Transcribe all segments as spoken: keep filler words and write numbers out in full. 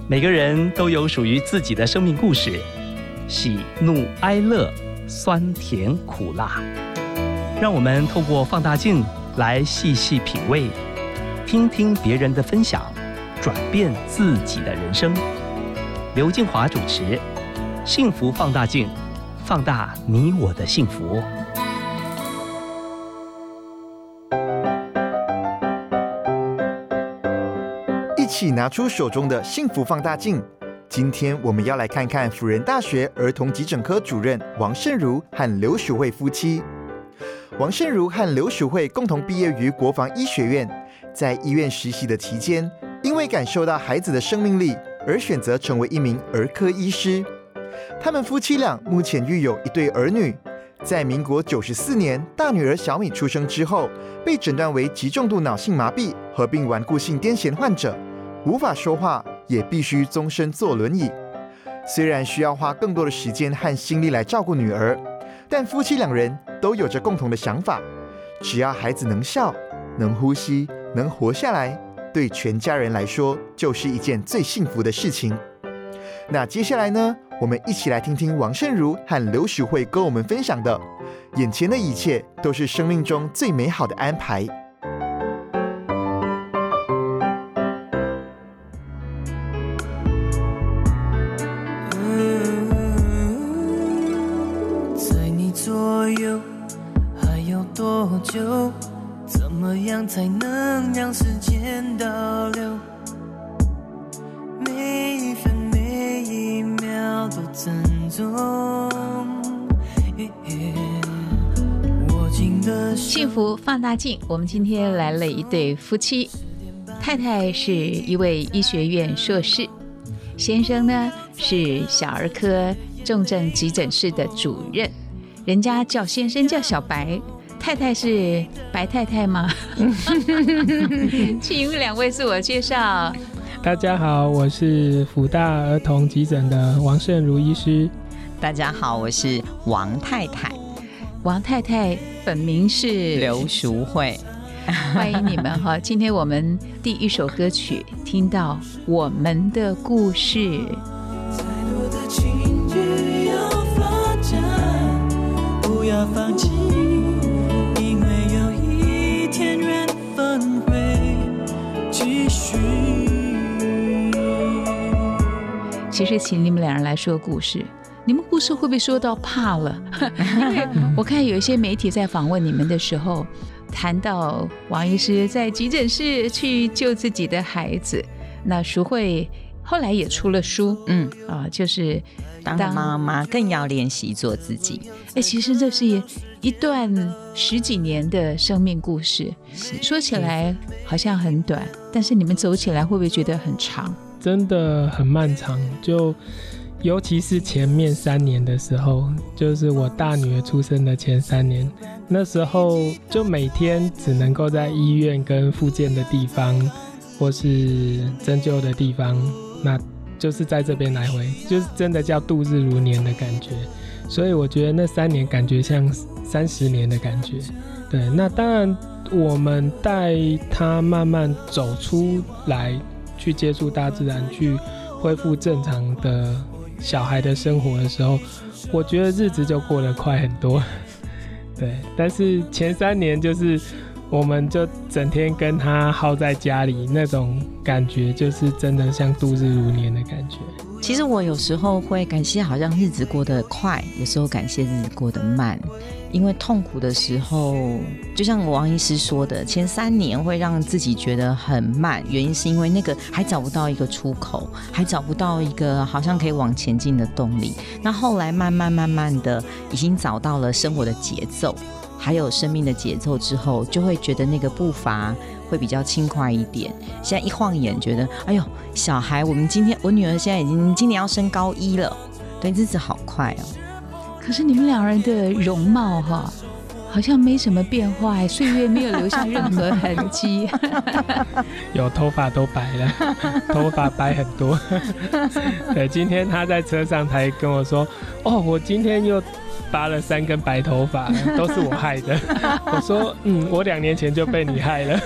每个人都有属于自己的生命故事，喜怒哀乐，酸甜苦辣。让我们透过放大镜来细细品味，听听别人的分享，转变自己的人生。刘静华主持《幸福放大镜》，放大你我的幸福。 一起拿出手中的幸福放大镜。今天我们要来看看辅仁大学儿童急诊科主任王胜如和刘淑慧夫妻。王胜如和刘淑慧共同毕业于国防医学院，在医院实习的期间，因为感受到孩子的生命力，而选择成为一名儿科医师。他们夫妻俩目前育有一对儿女。在民国九十四年，大女儿小米出生之后，被诊断为极重度脑性麻痹合并顽固性癫痫患者，无法说话，也必须终身坐轮椅。虽然需要花更多的时间和心力来照顾女儿，但夫妻两人都有着共同的想法：只要孩子能笑、能呼吸、能活下来，对全家人来说就是一件最幸福的事情。那接下来呢，我们一起来听听王胜如和刘淑慧跟我们分享的：眼前的一切都是生命中最美好的安排。 在你左右还有多久？怎么样才能让时间倒流？每一分每一秒都珍重。握紧的幸福放大镜，我们今天来了一对夫妻，太太是一位医学院硕士，先生呢是小儿科重症急诊室的主任，人家叫先生叫小白，太太是白太太吗？请两位自我介绍。 大家好，我是辅大儿童急诊的王胜如医师。 大家好，我是王太太。 王太太本名是刘淑慧。 欢迎你们哈！今天我们第一首歌曲听到我们的故事。 再多的情绪要发展，不要放弃，因为有一天缘分会继续。 其实请你们两人来说故事，你们故事会不会说到怕了？因为我看有一些媒体在访问你们的时候，谈到王医师在急诊室去救自己的孩子，那淑慧后来也出了书，嗯啊，就是当妈妈更要练习做自己。 哎，其实这是一段十几年的生命故事，说起来好像很短，但是你们走起来会不会觉得很长？ 真的很漫长，就尤其是前面三年的时候，就是我大女儿出生的前三年，那时候就每天只能够在医院跟复健的地方或是针灸的地方，那就是在这边来回，就是真的叫度日如年的感觉。所以我觉得那三年感觉像三十年的感觉。对，那当然我们带她慢慢走出来，去接触大自然，去恢复正常的小孩的生活的时候，我觉得日子就过得快很多。对，但是前三年就是我们就整天跟他耗在家里，那种感觉就是真的像度日如年的感觉。 其实我有时候会感谢好像日子过得快，有时候感谢日子过得慢，因为痛苦的时候就像王医师说的，前三年会让自己觉得很慢，原因是因为那个还找不到一个出口，还找不到一个好像可以往前进的动力。那后来慢慢慢慢的已经找到了生活的节奏还有生命的节奏之后，就会觉得那个步伐会比较轻快一点。现在一晃眼觉得哎呦，小孩我们今天我女儿现在已经今年要升高一了，对，日子好快哦。 可是你们两人的容貌哈，好像没什么变化，岁月没有留下任何痕迹。 有头发都白了，头发白很多。对，今天他在车上才跟我说，哦，我今天又拔了三根白头发，都是我害的。我说，嗯，我两年前就被你害了。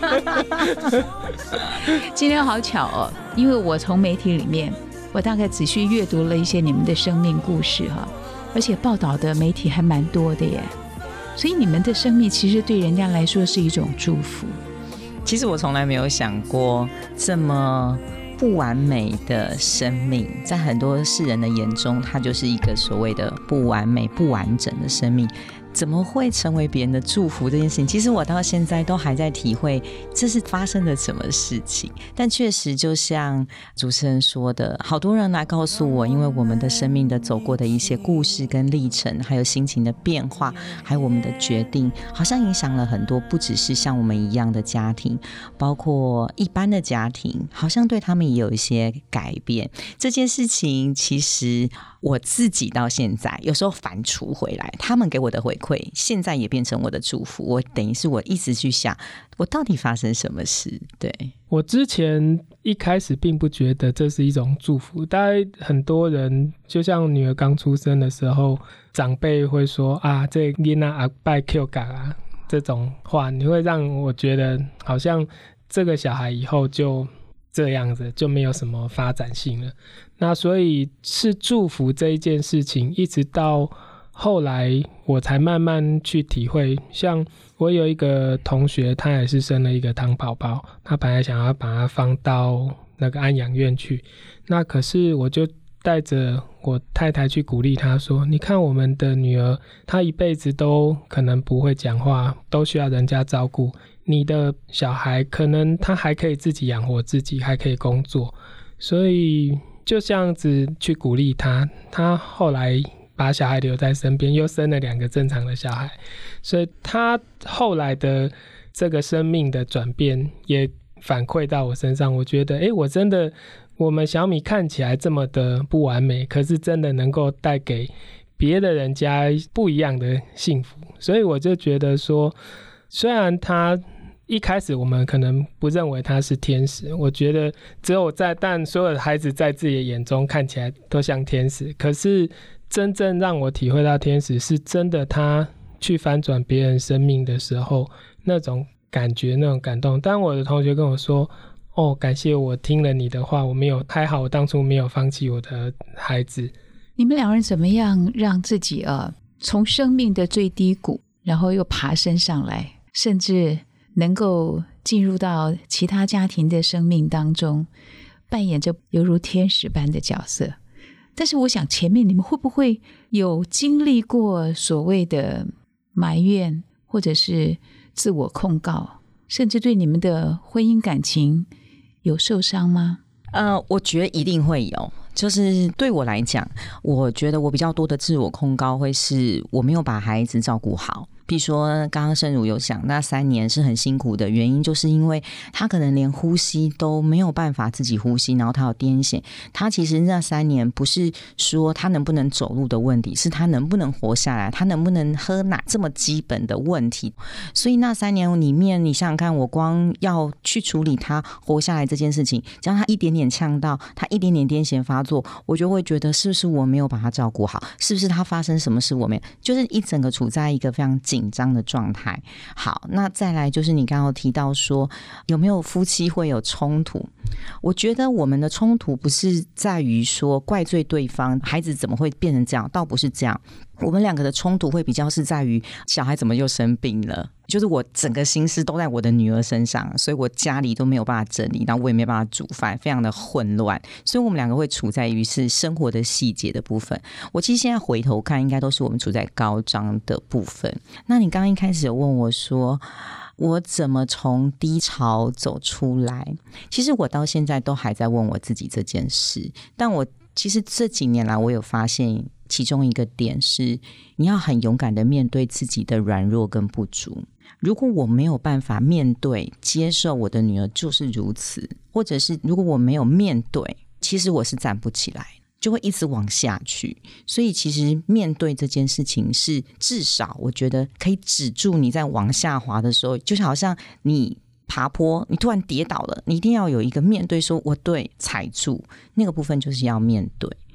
今天好巧哦，因为我从媒体里面，我大概仔细阅读了一些你们的生命故事哈，而且报道的媒体还蛮多的耶，所以你们的生命其实对人家来说是一种祝福。 其实我从来没有想过这么不完美的生命，在很多世人的眼中，它就是一个所谓的不完美、不完整的生命。怎么会成为别人的祝福这件事情，其实我到现在都还在体会这是发生了什么事情。但确实就像主持人说的，好多人来告诉我，因为我们的生命的走过的一些故事跟历程，还有心情的变化，还有我们的决定，好像影响了很多，不只是像我们一样的家庭，包括一般的家庭，好像对他们也有一些改变。这件事情其实我自己到现在有时候反刍回来，他们给我的回馈现在也变成我的祝福。我等于是我一直去想我到底发生什么事。对， 我之前一开始并不觉得这是一种祝福，大概很多人就像女儿刚出生的时候，长辈会说啊，这囡仔阿拜 Q 感啊，这种话你会让我觉得好像这个小孩以后就这样子，就没有什么发展性了。那所以是祝福这一件事情，一直到后来我才慢慢去体会。像我有一个同学，他也是生了一个汤宝宝，他本来想要把他放到那个安养院去，那可是我就带着我太太去鼓励他说，你看我们的女儿，她一辈子都可能不会讲话，都需要人家照顾，你的小孩可能他还可以自己养活自己，还可以工作，所以就这样子去鼓励他。他后来把小孩留在身边，又生了两个正常的小孩，所以他后来的这个生命的转变也反馈到我身上。我觉得诶，我真的，我们小米看起来这么的不完美，可是真的能够带给别的人家不一样的幸福。所以我就觉得说，虽然他一开始我们可能不认为他是天使，我觉得只有在，但所有的孩子在自己的眼中看起来都像天使，可是真正让我体会到天使是真的，他去翻转别人生命的时候，那种感觉，那种感动。当我的同学跟我说，哦，感谢我听了你的话，我没有，还好我当初没有放弃我的孩子。 你们两人怎么样让自己呃从生命的最低谷，然后又爬升上来，甚至能够进入到其他家庭的生命当中，扮演着犹如天使般的角色？但是我想前面你们会不会有经历过所谓的埋怨，或者是自我控告，甚至对你们的婚姻感情有受伤吗？ 呃，我觉得一定会有。就是对我来讲，我觉得我比较多的自我控告会是我没有把孩子照顾好。比如说刚刚盛如有讲，那三年是很辛苦的原因，就是因为他可能连呼吸都没有办法自己呼吸，然后他有癫痫。他其实那三年不是说他能不能走路的问题，是他能不能活下来，他能不能喝奶，这么基本的问题。所以那三年里面，你想想看，我光要去处理他活下来这件事情，只要他一点点呛到，他一点点癫痫发作，我就会觉得是不是我没有把他照顾好，是不是他发生什么事我没有，就是一整个处在一个非常紧张的状态。好，那再来就是你刚刚提到说有没有夫妻会有冲突，我觉得我们的冲突不是在于说怪罪对方，孩子怎么会变成这样，倒不是这样。我们两个的冲突会比较是在于小孩怎么又生病了，就是我整个心思都在我的女儿身上，所以我家里都没有办法整理，然后我也没有办法煮饭，非常的混乱，所以我们两个会处在于是生活的细节的部分。我其实现在回头看，应该都是我们处在高涨的部分。那你刚刚一开始有问我说我怎么从低潮走出来，其实我到现在都还在问我自己这件事。但我其实这几年来我有发现其中一个点是，你要很勇敢的面对自己的软弱跟不足。如果我没有办法面对接受我的女儿就是如此，或者是如果我没有面对，其实我是站不起来，就会一直往下去。所以其实面对这件事情是至少我觉得可以止住你在往下滑的时候，就好像你爬坡你突然跌倒了，你一定要有一个面对，说我对踩住那个部分就是要面对。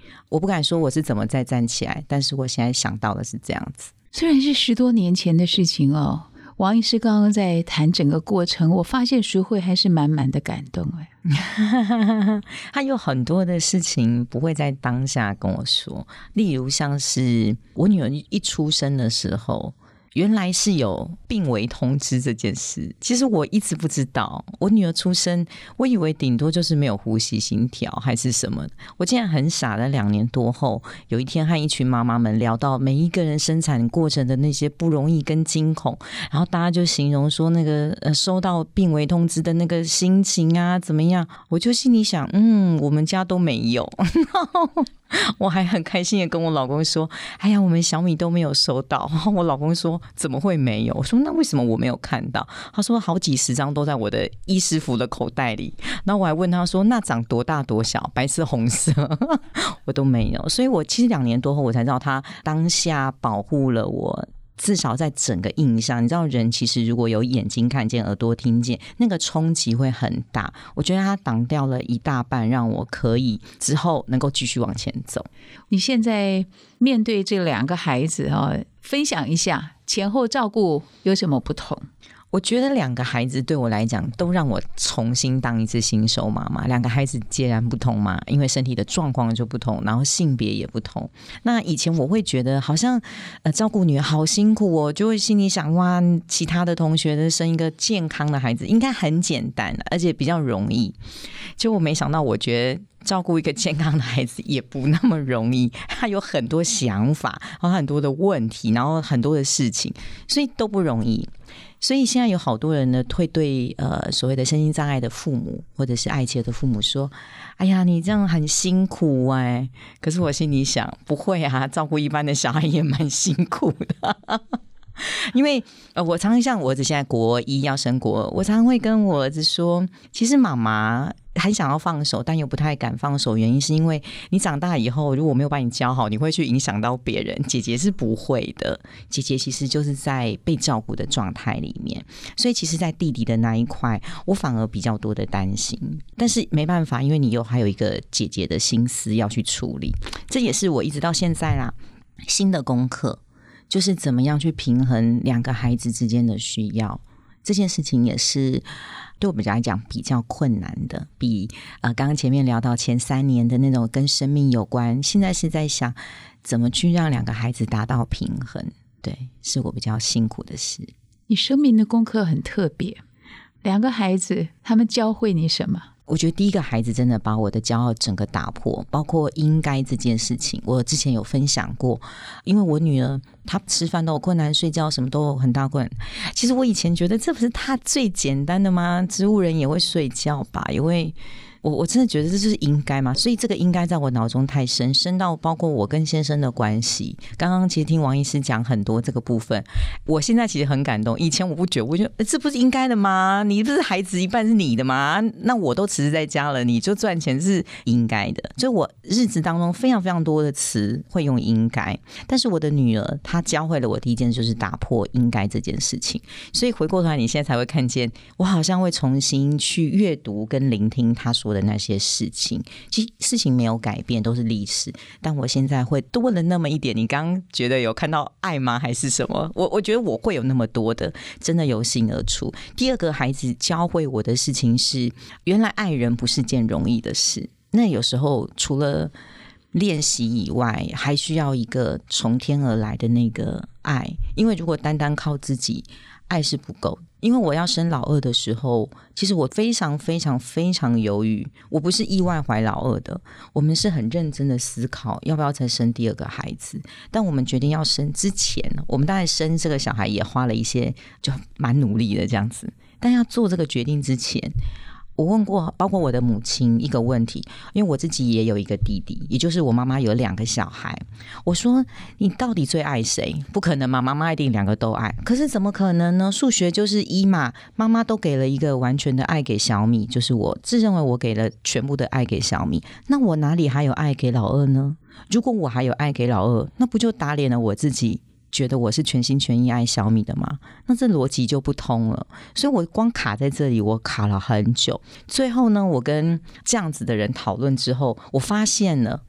我不敢说我是怎么再站起来，但是我现在想到的是这样子。 虽然是十多年前的事情哦，王医师刚刚在谈整个过程，我发现淑慧还是满满的感动哎。 他有很多的事情不会在当下跟我说，例如像是我女儿一出生的时候，原来是有病危通知这件事，其实我一直不知道。我女儿出生，我以为顶多就是没有呼吸心跳还是什么。我竟然很傻的两年多后，有一天和一群妈妈们聊到每一个人生产过程的那些不容易跟惊恐，然后大家就形容说那个呃收到病危通知的那个心情啊怎么样，我就心里想，嗯，我们家都没有。我还很开心的跟我老公说，哎呀，我们小米都没有收到。然后我老公说怎么会没有？我说那为什么我没有看到？他说好几十张都在我的医师服的口袋里。然后我还问他说那长多大多小，白色红色我都没有。所以我其实两年多后我才知道他当下保护了我，至少在整个印象，你知道人其实如果有眼睛看见耳朵听见，那个冲击会很大。我觉得他挡掉了一大半，让我可以之后能够继续往前走。 你现在面对这两个孩子哦，分享一下前后照顾有什么不同？ 我觉得两个孩子对我来讲都让我重新当一次新手妈妈。两个孩子截然不同嘛，因为身体的状况就不同，然后性别也不同。那以前我会觉得好像呃照顾女儿好辛苦哦，就会心里想哇，其他的同学的生一个健康的孩子应该很简单，而且比较容易。结果没想到，我觉得照顾一个健康的孩子也不那么容易，他有很多想法，然后很多的问题，然后很多的事情，所以都不容易。所以现在有好多人呢，会对呃所谓的身心障碍的父母或者是爱妻的父母说：“哎呀，你这样很辛苦哎、欸。”可是我心里想，不会啊，照顾一般的小孩也蛮辛苦的。因为呃，我常常像我儿子现在国一要升国二，我常常会跟我儿子说，其实妈妈很想要放手，但又不太敢放手，原因是因为你长大以后，如果没有把你教好，你会去影响到别人。姐姐是不会的，姐姐其实就是在被照顾的状态里面，所以其实在弟弟的那一块，我反而比较多的担心。但是没办法，因为你又还有一个姐姐的心思要去处理，这也是我一直到现在啦新的功课。就是怎么样去平衡两个孩子之间的需要，这件事情也是对我们来讲比较困难的，比呃刚刚前面聊到前三年的那种跟生命有关，现在是在想怎么去让两个孩子达到平衡，对，是我比较辛苦的事。 你生命的功课很特别，两个孩子他们教会你什么？ 我觉得第一个孩子真的把我的骄傲整个打破，包括应该这件事情，我之前有分享过。因为我女儿她吃饭都有困难，睡觉什么都有很大困难。其实我以前觉得这不是她最简单的吗？植物人也会睡觉吧，也会。我我真的觉得这就是应该嘛，所以这个应该在我脑中太深，深到包括我跟先生的关系。刚刚其实听王医师讲很多这个部分，我现在其实很感动。以前我不觉得，我觉得这不是应该的吗？你不是孩子一半是你的吗？那我都辞职在家了，你就赚钱是应该的。所以我日子当中非常非常多的词会用应该，但是我的女儿她教会了我第一件就是打破应该这件事情。所以回过头来，你现在才会看见，我好像会重新去阅读跟聆听她说的的那些事情，其实事情没有改变，都是历史，但我现在会多了那么一点。你刚刚觉得有看到爱吗？还是什么？我我觉得我会有那么多的，真的由心而出。第二个孩子教会我的事情是，原来爱人不是件容易的事。那有时候除了练习以外，还需要一个从天而来的那个爱，因为如果单单靠自己，爱是不够。因为我要生老二的时候，其实我非常非常非常犹豫，我不是意外怀老二的，我们是很认真的思考要不要再生第二个孩子。但我们决定要生之前，我们当然生这个小孩也花了一些，就蛮努力的这样子。但要做这个决定之前，我问过包括我的母亲一个问题，因为我自己也有一个弟弟，也就是我妈妈有两个小孩。我说你到底最爱谁？不可能嘛，妈妈一定两个都爱。可是怎么可能呢？数学就是一嘛，妈妈都给了一个完全的爱给小米，就是我自认为我给了全部的爱给小米，那我哪里还有爱给老二呢？如果我还有爱给老二，那不就打脸了我自己觉得我是全心全意爱小米的吗？那这逻辑就不通了。所以我光卡在这里，我卡了很久。最后呢，我跟这样子的人讨论之后，我发现了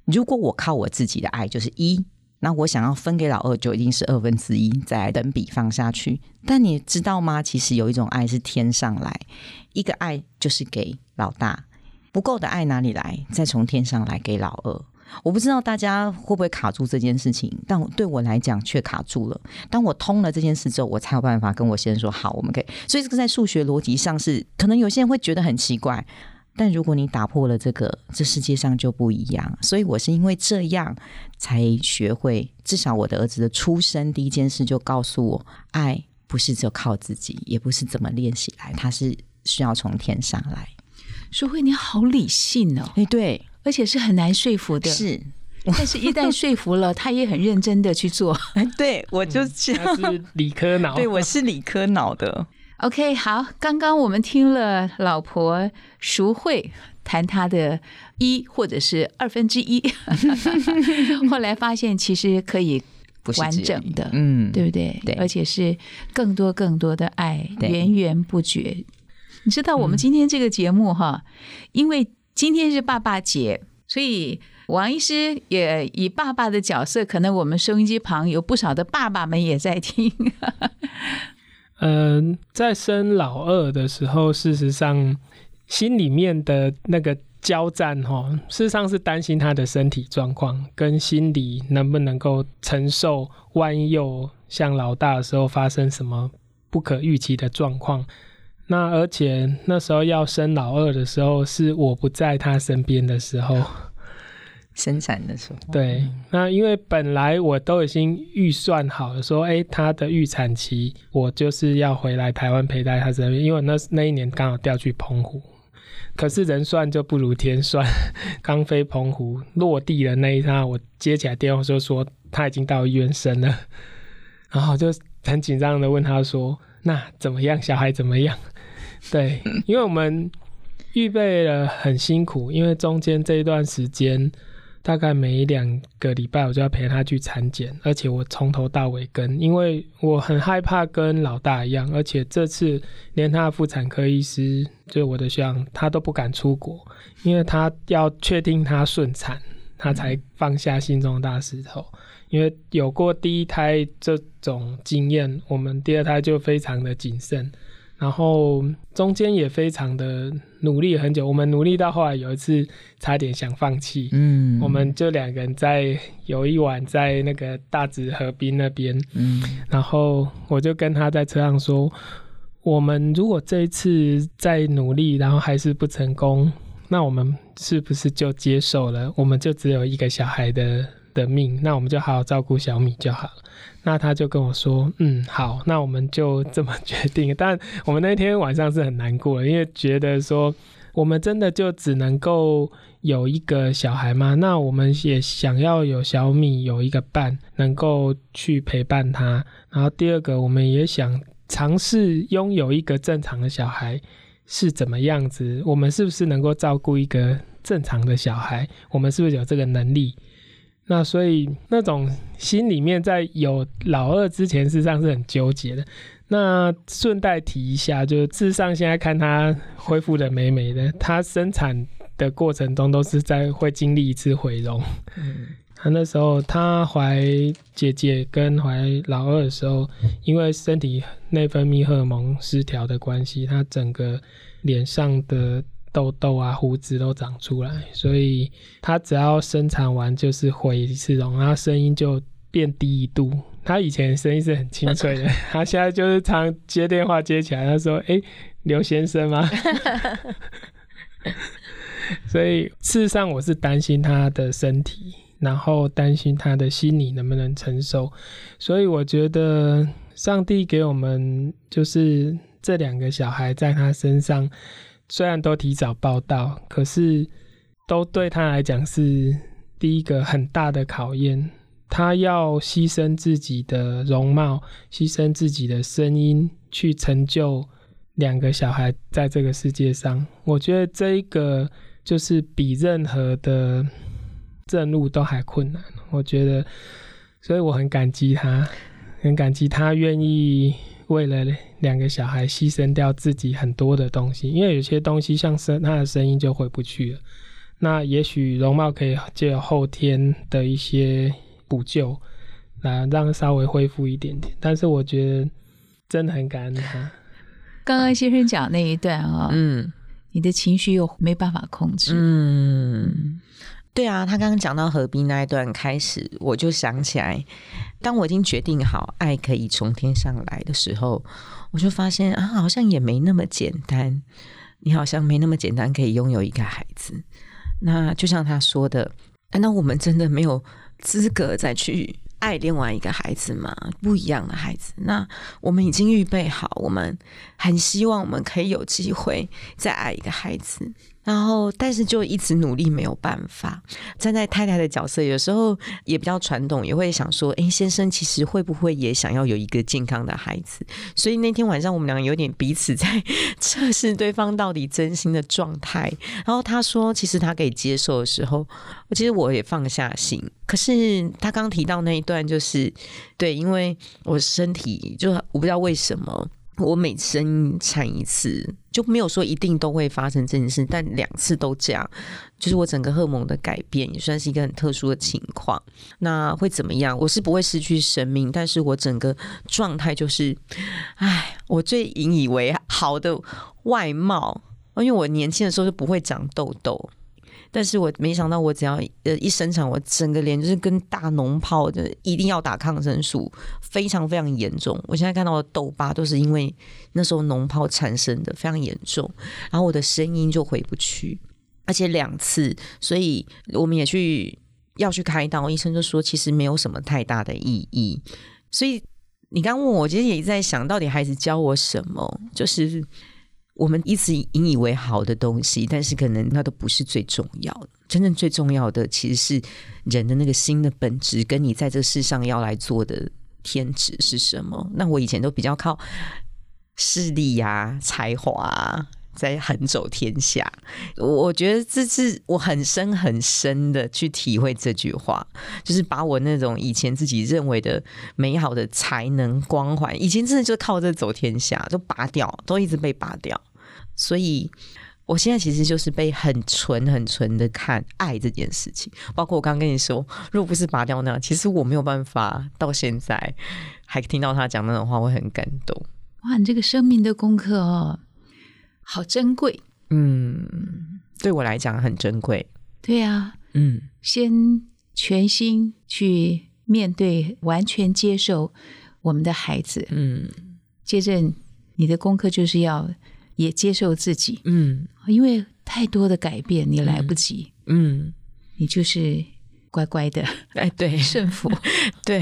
如果我靠我自己的爱就是一，那我想要分给老二就一定是二分之一，再来等比放下去。但你知道吗？其实有一种爱是天上来，一个爱就是给老大，不够的爱哪里来？再从天上来给老二。我不知道大家会不会卡住这件事情，但对我来讲却卡住了。当我通了这件事之后，我才有办法跟我先生说好，我们可以。所以这个在数学逻辑上是，可能有些人会觉得很奇怪，但如果你打破了这个，这世界上就不一样。所以我是因为这样才学会，至少我的儿子的出生第一件事就告诉我，爱不是只有靠自己，也不是怎么练习来，它是需要从天上来。 淑慧你好理性哦， 哎，对， 而且是很难说服的， 是， 但是一旦说服了，他也很认真的去做。 对，我就、嗯、 他是理科脑， 对，我是理科脑的。 OK， 好，刚刚我们听了老婆淑慧谈她的一或者是二分之一，后来发现其实可以完整的，嗯，对不对？对，而且是更多更多的爱，源源不绝。你知道我们今天这个节目哈，嗯、因为今天是爸爸节，所以王医师也以爸爸的角色，可能我们收音机旁有不少的爸爸们也在听。 嗯、呃，在生老二的时候，事实上心里面的那个交战哈，事实上是担心他的身体状况跟心理能不能够承受，万一又像老大的时候发生什么不可预期的状况。那而且那时候要生老二的时候，是我不在他身边的时候。 生产的时候， 对，那因为本来我都已经预算好了说，哎，他的预产期我就是要回来台湾陪在他身边，因为那那一年刚好调去澎湖，可是人算就不如天算，刚飞澎湖落地的那一刹，我接起来电话就说他已经到医院生了，然后就很紧张的问他说，那怎么样，小孩怎么样？对，因为我们预备了很辛苦，因为中间这一段时间大概每两个礼拜我就要陪他去产检，而且我从头到尾跟，因为我很害怕跟老大一样，而且这次连他的妇产科医师就是我的学长他都不敢出国，因为他要确定他顺产他才放下心中的大石头，因为有过第一胎这种经验，我们第二胎就非常的谨慎，然后中间也非常的努力很久，我们努力到后来有一次差点想放弃，嗯，我们就两个人在有一晚在那个大直河滨那边，嗯，然后我就跟他在车上说，我们如果这一次再努力然后还是不成功，那我们是不是就接受了我们就只有一个小孩的的命，那我们就好好照顾小米就好了。那他就跟我说，嗯，好，那我们就这么决定。但我们那天晚上是很难过的，因为觉得说我们真的就只能够有一个小孩吗？那我们也想要有小米有一个伴能够去陪伴他，然后第二个我们也想尝试拥有一个正常的小孩是怎么样子，我们是不是能够照顾一个正常的小孩，我们是不是有这个能力。那所以那种心里面在有老二之前事实上是很纠结的。那顺带提一下，就事实上现在看他恢复的美美的，他生产的过程中都是在会经历一次毁容，嗯，他那时候他怀姐姐跟怀老二的时候，因为身体内分泌荷尔蒙失调的关系，他整个脸上的痘痘啊胡子都长出来，所以他只要生产完就是毁一次容，然后声音就变低一度。他以前声音是很清脆的，他现在就是常接电话接起来，他说哎，刘先生吗？所以事实上我是担心他的身体，然后担心他的心理能不能承受，所以我觉得上帝给我们就是这两个小孩在他身上虽然都提早报到，可是都对他来讲是第一个很大的考验，他要牺牲自己的容貌，牺牲自己的声音去成就两个小孩在这个世界上。我觉得这一个就是比任何的正路都还困难，我觉得，所以我很感激他，很感激他愿意为了两个小孩牺牲掉自己很多的东西，因为有些东西像声他的声音就回不去了， 那也许容貌可以借由后天的一些补救来让稍微恢复一点点，但是我觉得真的很感恩他。 刚刚先生讲那一段啊、哦，嗯，你的情绪又没办法控制， 嗯，对啊，他刚刚讲到河滨那一段开始，我就想起来，当我已经决定好爱可以从天上来的时候，我就发现啊，好像也没那么简单，你好像没那么简单可以拥有一个孩子。那就像他说的，难道我们真的没有资格再去爱另外一个孩子吗？不一样的孩子，那我们已经预备好，我们很希望我们可以有机会再爱一个孩子，然后但是就一直努力没有办法。站在太太的角色，有时候也比较传统，也会想说，哎，先生其实会不会也想要有一个健康的孩子？所以那天晚上我们两个有点彼此在测试对方到底真心的状态。然后他说其实他可以接受的时候，其实我也放下心。可是他刚提到那一段，就是对，因为我身体就我不知道为什么我每生产一次就没有说一定都会发生这件事，但两次都这样，就是我整个荷尔蒙的改变也算是一个很特殊的情况。那会怎么样？我是不会失去生命，但是我整个状态就是哎，我最引以为豪的外貌，因为我年轻的时候就不会长痘痘，但是我没想到我只要呃一生产，我整个脸就是跟大脓泡的，一定要打抗生素，非常非常严重。我现在看到的痘疤都是因为那时候脓泡产生的，非常严重。然后我的声音就回不去，而且两次，所以我们也去要去开刀，医生就说其实没有什么太大的意义。所以你刚问我，我其实也在想到底孩子教我什么，就是我们一直引以为豪的东西，但是可能那都不是最重要的。真正最重要的其实是人的那个心的本质，跟你在这世上要来做的天职是什么。那我以前都比较靠势力啊、才华啊在横走天下，我觉得这是我很深很深的去体会这句话，就是把我那种以前自己认为的美好的才能光环，以前真的就靠这走天下，都拔掉，都一直被拔掉。所以我现在其实就是被很纯很纯的看爱这件事情，包括我刚刚跟你说，如果不是拔掉那，其实我没有办法到现在还听到他讲那种话，我很感动。 哇，你这个生命的功课哦，好珍贵。 嗯，对我来讲很珍贵。 对啊， 嗯， 先全心去面对，完全接受我们的孩子。嗯，接着你的功课就是要也接受自己。嗯，因为太多的改变你来不及。嗯，你就是乖乖的， 哎，对， 顺服。 对。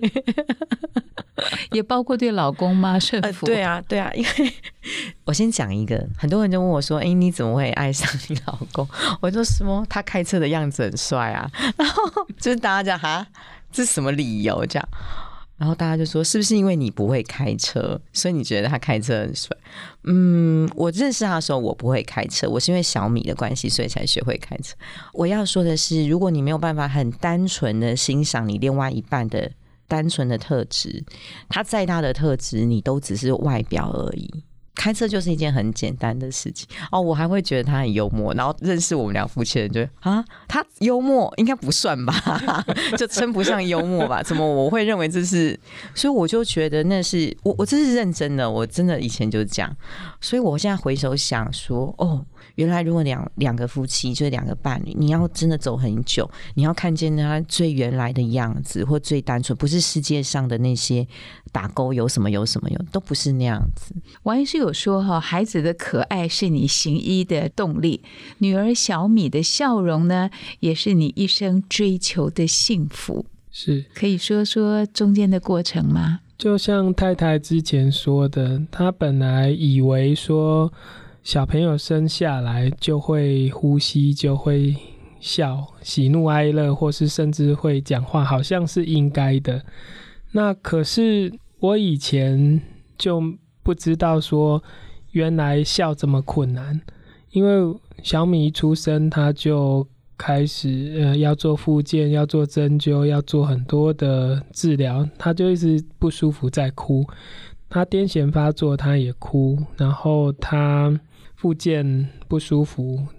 也包括对老公吗？顺服、 呃、对啊对啊，因为我先讲一个，很多人就问我说，哎，你怎么会爱上你老公？我就说他开车的样子很帅啊，然后就是大家讲哈，这是什么理由这样？然后大家就说是不是因为你不会开车，所以你觉得他开车很帅？嗯，我认识他的时候我不会开车，我是因为小米的关系所以才学会开车。我要说的是，如果你没有办法很单纯的欣赏你另外一半的单纯的特质，他再大的特质你都只是外表而已。开车就是一件很简单的事情哦，我还会觉得他很幽默，然后认识我们俩夫妻的人就啊，他幽默应该不算吧，就称不上幽默吧？怎么我会认为这是？所以我就觉得那是我我这是认真的，我真的以前就是这样，所以我现在回首想说，哦，原来如果两两个夫妻就是两个伴侣，你要真的走很久，你要看见他最原来的样子，或最单纯，不是世界上的那些打勾有什么有什么有，都不是那样子。 王医师有说哈，孩子的可爱是你行医的动力，女儿小米的笑容呢，也是你一生追求的幸福。 是， 可以说说中间的过程吗？ 就像太太之前说的，她本来以为说小朋友生下来就会呼吸，就会笑，喜怒哀乐，或是甚至会讲话，好像是应该的。那可是我以前就不知道说原来笑这么困难，因为小米一出生他就开始呃要做复健，要做针灸，要做很多的治疗，他就一直不舒服在哭，他癫痫发作他也哭，然后他复健不舒服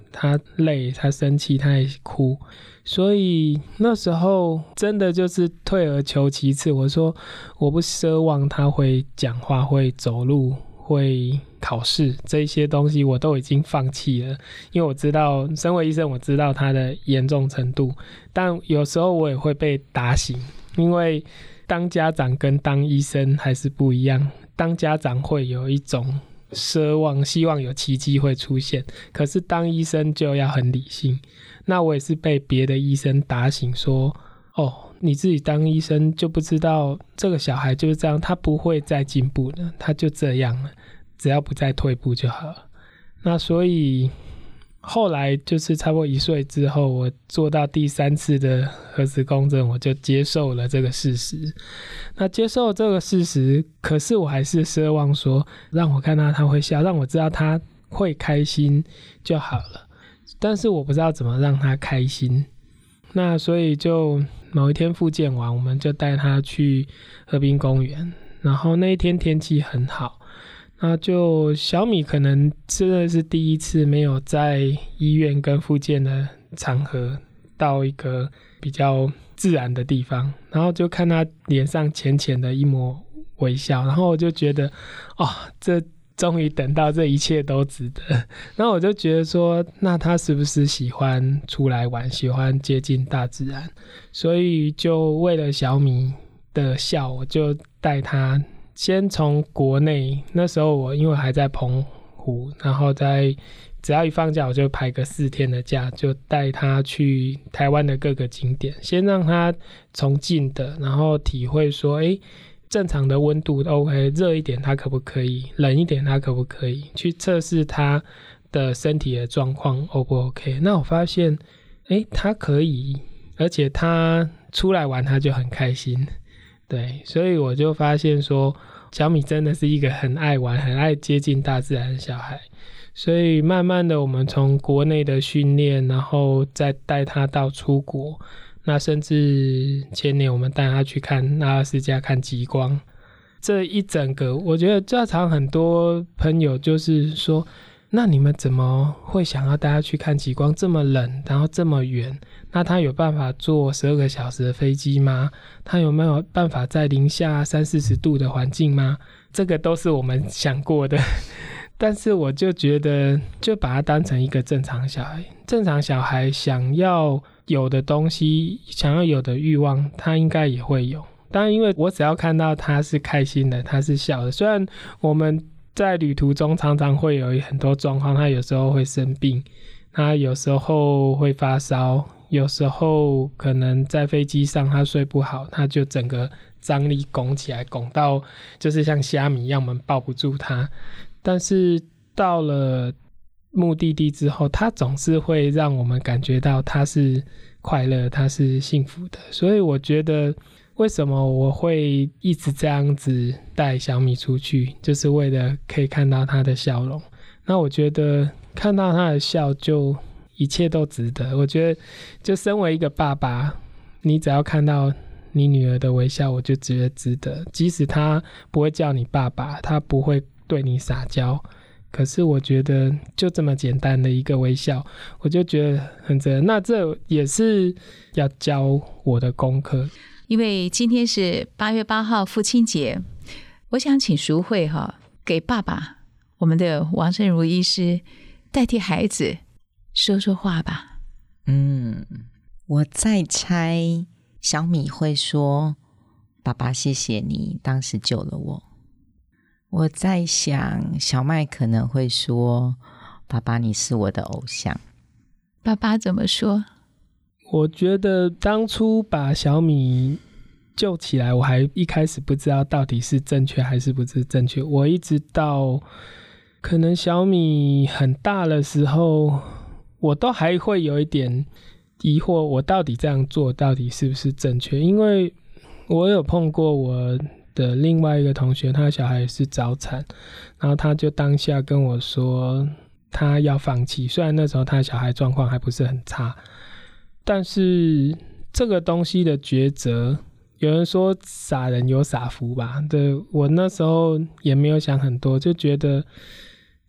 他累他生气他也哭，所以那时候真的就是退而求其次，我说我不奢望他会讲话会走路会考试，这些东西我都已经放弃了，因为我知道身为医生我知道他的严重程度，但有时候我也会被打醒，因为当家长跟当医生还是不一样，当家长会有一种奢望希望有奇迹会出现，可是当医生就要很理性。那我也是被别的医生打醒说，哦，你自己当医生就不知道这个小孩就是这样，他不会再进步了，他就这样了，只要不再退步就好了。那所以后来就是差不多一岁之后，我做到第三次的核磁共振，我就接受了这个事实。那接受这个事实，可是我还是奢望说，让我看到他会笑，让我知道他会开心就好了。但是我不知道怎么让他开心，那所以就某一天复健完，我们就带他去河滨公园，然后那一天天气很好。那就小米可能真的是第一次没有在医院跟复健的场合到一个比较自然的地方，然后就看他脸上浅浅的一抹微笑，然后我就觉得哦，这终于等到这一切都值得。然后我就觉得说，那他是不是喜欢出来玩，喜欢接近大自然，所以就为了小米的笑，我就带他先从国内，那时候我因为还在澎湖，然后在只要一放假我就排个四天的假，就带他去台湾的各个景点，先让他从近的，然后体会说，哎，正常的温度 OK， 热一点他可不可以，冷一点他可不可以，去测试他的身体的状况 O 不 OK。 那我发现哎，他可以，而且他出来玩他就很开心，对，所以我就发现说小米真的是一个很爱玩很爱接近大自然的小孩。所以慢慢的我们从国内的训练，然后再带他到出国，那甚至前年我们带他去看阿拉斯加看极光，这一整个我觉得正常很多朋友就是说，那你们怎么会想要带他去看极光，这么冷然后这么远，那他有办法坐十二个小时的飞机吗？他有没有办法在零下三四十度的环境吗？这个都是我们想过的。但是我就觉得就把它当成一个正常小孩，正常小孩想要有的东西，想要有的欲望他应该也会有。当然因为我只要看到他是开心的，他是笑的，虽然我们在旅途中常常会有很多状况，他有时候会生病，他有时候会发烧，有时候可能在飞机上他睡不好，他就整个张力拱起来，拱到就是像虾米一样我们抱不住他。但是到了目的地之后，他总是会让我们感觉到他是快乐，他是幸福的。所以我觉得为什么我会一直这样子带小米出去，就是为了可以看到他的笑容。那我觉得看到他的笑就一切都值得。我觉得就身为一个爸爸，你只要看到你女儿的微笑，我就觉得值得。即使他不会叫你爸爸，他不会对你撒娇，可是我觉得就这么简单的一个微笑，我就觉得很值得。那这也是要教我的功课。 因为今天是八月八号父亲节，我想请淑慧哈给爸爸，我们的王胜如医师代替孩子说说话吧。 嗯，我在猜小米会说爸爸谢谢你当时救了我。我在想小麦可能会说爸爸你是我的偶像。 爸爸怎么说？ 我觉得当初把小米救起来，我还一开始不知道到底是正确还是不是正确，我一直到可能小米很大的时候，我都还会有一点疑惑，我到底这样做到底是不是正确。因为我有碰过我的另外一个同学，他的小孩是早产，然后他就当下跟我说他要放弃，虽然那时候他的小孩状况还不是很差，但是这个东西的抉择，有人说傻人有傻福吧，对，我那时候也没有想很多，就觉得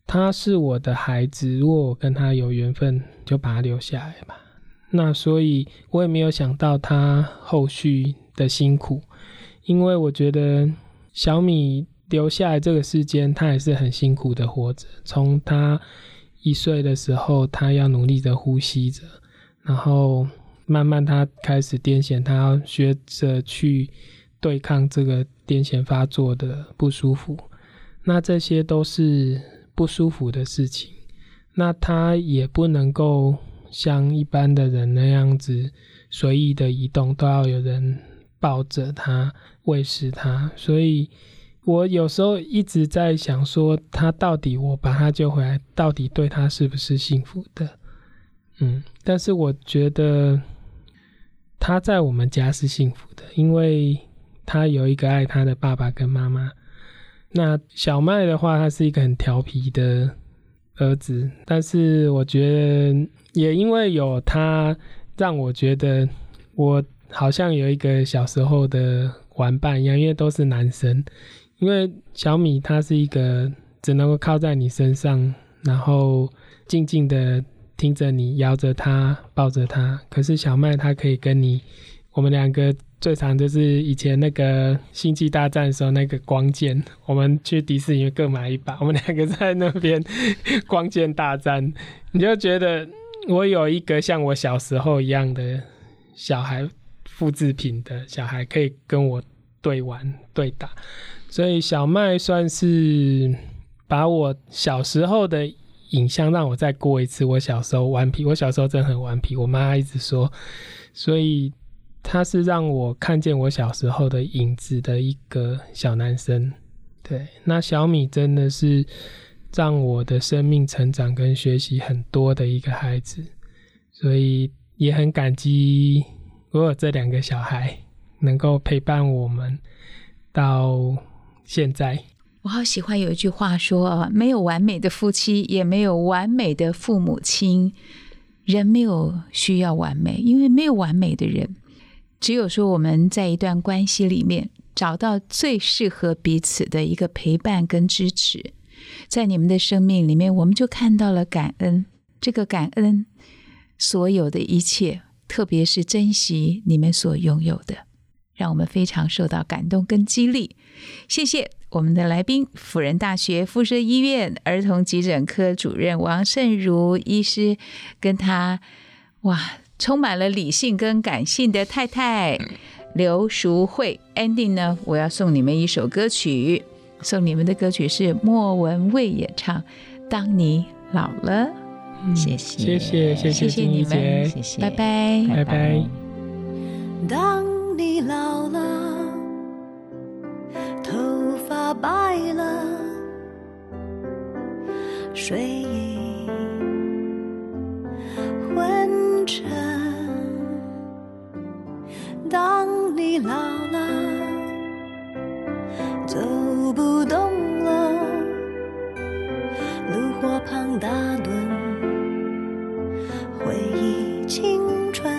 他是我的孩子，如果我跟他有缘分，就把他留下来吧。那所以我也没有想到他后续的辛苦，因为我觉得小米留下来这个世间，他也是很辛苦的活着。从他一岁的时候，他要努力的呼吸着，然后慢慢他开始癫痫，他要学着去对抗这个癫痫发作的不舒服，那这些都是不舒服的事情。那他也不能够像一般的人那样子随意的移动，都要有人抱着他喂食他。所以我有时候一直在想说，他到底我把他救回来，到底对他是不是幸福的？嗯，但是我觉得他在我们家是幸福的，因为他有一个爱他的爸爸跟妈妈。那小麦的话，他是一个很调皮的儿子，但是我觉得也因为有他，让我觉得我好像有一个小时候的玩伴一样，因为都是男生。因为小米他是一个只能够靠在你身上，然后静静的听着你，摇着他，抱着他。可是小麦他可以跟你，我们两个最常就是以前那个星际大战的时候那个光剑，我们去迪士尼各买一把，我们两个在那边光剑大战，你就觉得我有一个像我小时候一样的小孩，复制品的小孩可以跟我对玩对打。所以小麦算是把我小时候的影像让我再过一次，我小时候顽皮，我小时候真的很顽皮，我妈一直说，所以他是让我看见我小时候的影子的一个小男生。对，那小米真的是让我的生命成长跟学习很多的一个孩子，所以也很感激我有这两个小孩能够陪伴我们到现在。 我好喜欢有一句话说啊，没有完美的夫妻，也没有完美的父母亲。人没有需要完美，因为没有完美的人，只有说我们在一段关系里面找到最适合彼此的一个陪伴跟支持。在你们的生命里面，我们就看到了感恩，这个感恩所有的一切，特别是珍惜你们所拥有的，让我们非常受到感动跟激励。谢谢我们的来宾，辅仁大学附设医院儿童急诊科主任王胜如医师，跟他哇充满了理性跟感性的太太刘淑慧。 ending 呢，我要送你们一首歌曲，送你们的歌曲是莫文蔚演唱《当你老了》。 嗯、 谢谢谢谢谢谢谢你们， 谢谢， 拜拜拜拜。 当你老了，头发白了，睡意昏沉。当你老了，走不动了，炉火旁打盹，回忆青春。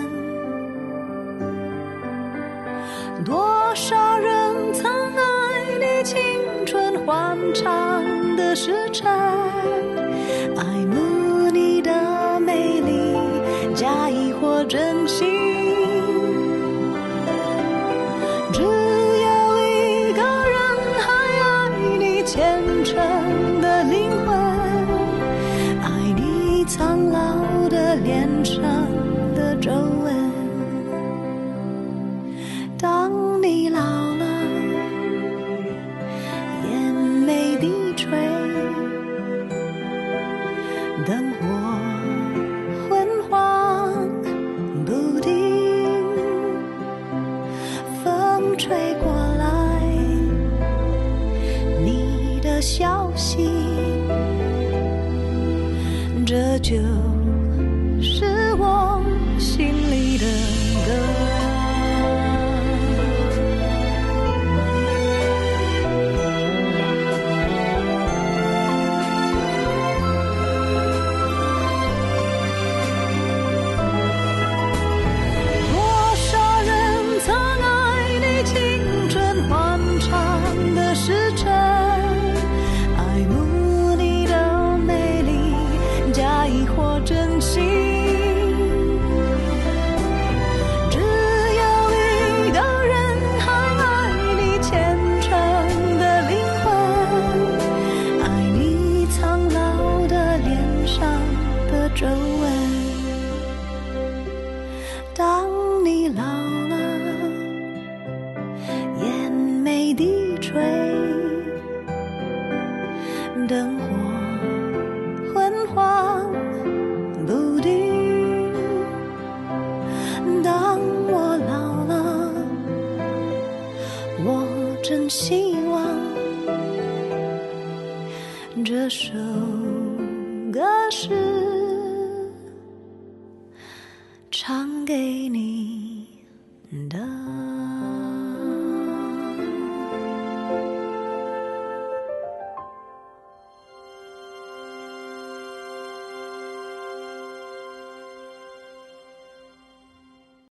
多少人曾爱你青春欢畅的时辰，爱慕你的美丽，假意或真心。只有一个人还爱你虔诚的灵魂，爱你苍老的脸上的皱纹。当你老了，眼眉低垂，灯火昏黄不定，风吹过来你的消息，这就是我心里的歌。时辰，爱慕你的真希望，这首歌是唱给你。